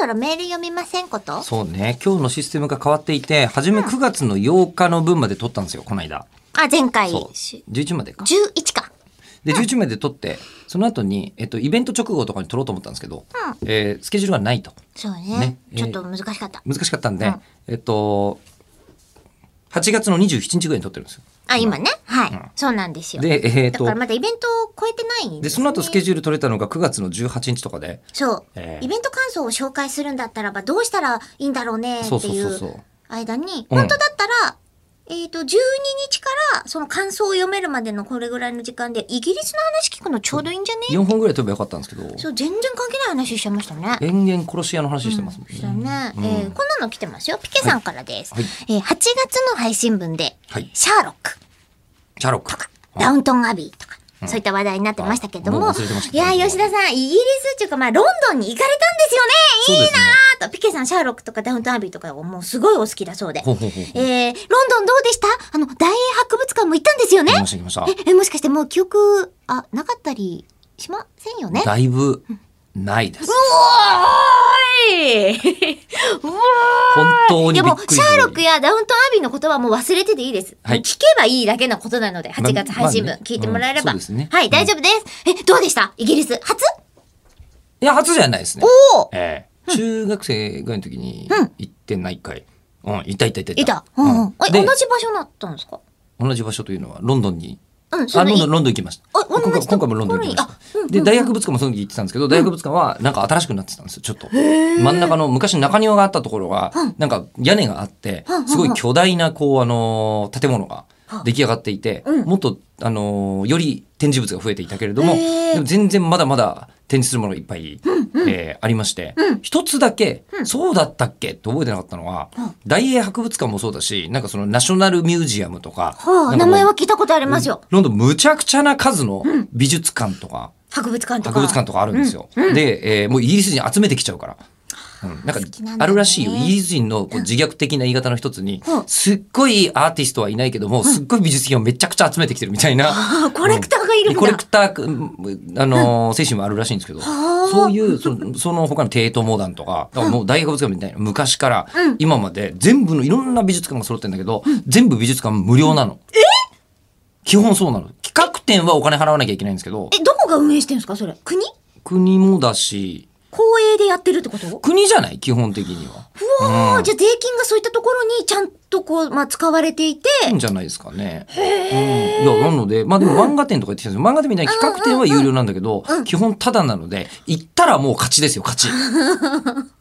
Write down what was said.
そろメール読みませんこと？ そうね、今日のシステムが変わっていて、初め9月の8日の分まで取ったんですよ、この間。 あ、前回。 そう。11までか。 11か。 で、11まで取って、その後に、イベント直後とかに取ろうと思ったんですけど、スケジュールがないと。 そうね。ちょっと難しかった。 難しかったんで、8月の27日ぐらいに取ってるんですよ。 あ、今ね。はい。そうなんですよ。 で、 だからまだイベントを超えてないんですね。 で、その後スケジュール取れたのが9月の18日とかで。 そう。イベント感想を紹介するんだったらば、どうしたらいいんだろうねっていう間に、本当だったら、12日からその感想を読めるまでのこれぐらいの時間でイギリスの話聞くのちょうどいいんじゃね ？4本ぐらい飛べばよかったんですけど。 そう、全然関係ない話しちゃいましたね。 延々殺し屋の話してますもんね。 そうね。こんなの来てますよ。ピケさんからです。8月の配信分で、シャーロックとか、ダウントンアビーとか、そういった話題になってましたけども、いや、吉田さん、イギリスっていうか、まあ、ロンドンに行かれたんですよね。いいなーと。ピケさん、シャーロックとかダウントンアビーとかをもうすごいお好きだそうで。ロンドンどうでした？大英博物館も行ったんですよね。 行きました。 もしかしてもう記憶、なかったりしませんよね。 だいぶ、ないです。本当にでも、シャーロックやダウントンアビーのことはもう忘れてていいです。聞けばいいだけのことなので、8月配信分聞いてもらえれば。はい、大丈夫です。どうでした？イギリス初？ いや、初じゃないですね。中学生ぐらいの時に行ってない回。いた。いた。 同じ場所だったんですか？ 同じ場所というのは、ロンドンに。ロンドン行きました。今回もロンドン行きました。で、大博物館もその時行ってたんですけど、大博物館はなんか新しくなってたんですよ、ちょっと。真ん中の昔中庭があったところが、なんか屋根があって、すごい巨大なこう、建物が出来上がっていて、もっと、より展示物が増えていたけれども、でも全然まだまだ展示するものがいっぱい、ありまして、一つだけ、そうだったっけって覚えてなかったのは、大英博物館もそうだし、なんかそのナショナルミュージアムとか、 名前は聞いたことありますよ。 ロンドンむちゃくちゃな数の美術館とか、 博物館とかあるんですよ。で、もうイギリス人集めてきちゃうから。なんかあるらしいよ。イギリス人の自虐的な言い方の一つに、すっごいアーティストはいないけども、すっごい美術品をめちゃくちゃ集めてきてるみたいな。 コレクターがいるんだ。 コレクター、精神もあるらしいんですけど、そういう、その他のテートモダンとか、もう大博物館みたいな昔から今まで全部のいろんな美術館が揃ってるんだけど、全部美術館無料なの。基本そうなの。企画展はお金払わなきゃいけないんですけど。 どこが運営してるんですかそれ？ 国もだし。 公営でやってるってこと？ 国じゃない基本的には。 じゃあ税金がそういったところにちゃんと使われていて。 いいんじゃないですかね。いや、なので、まあでも漫画展とか言ってたんですよ。漫画展みたいな企画展は有料なんだけど、基本タダなので、行ったらもう勝ちですよ、勝ち。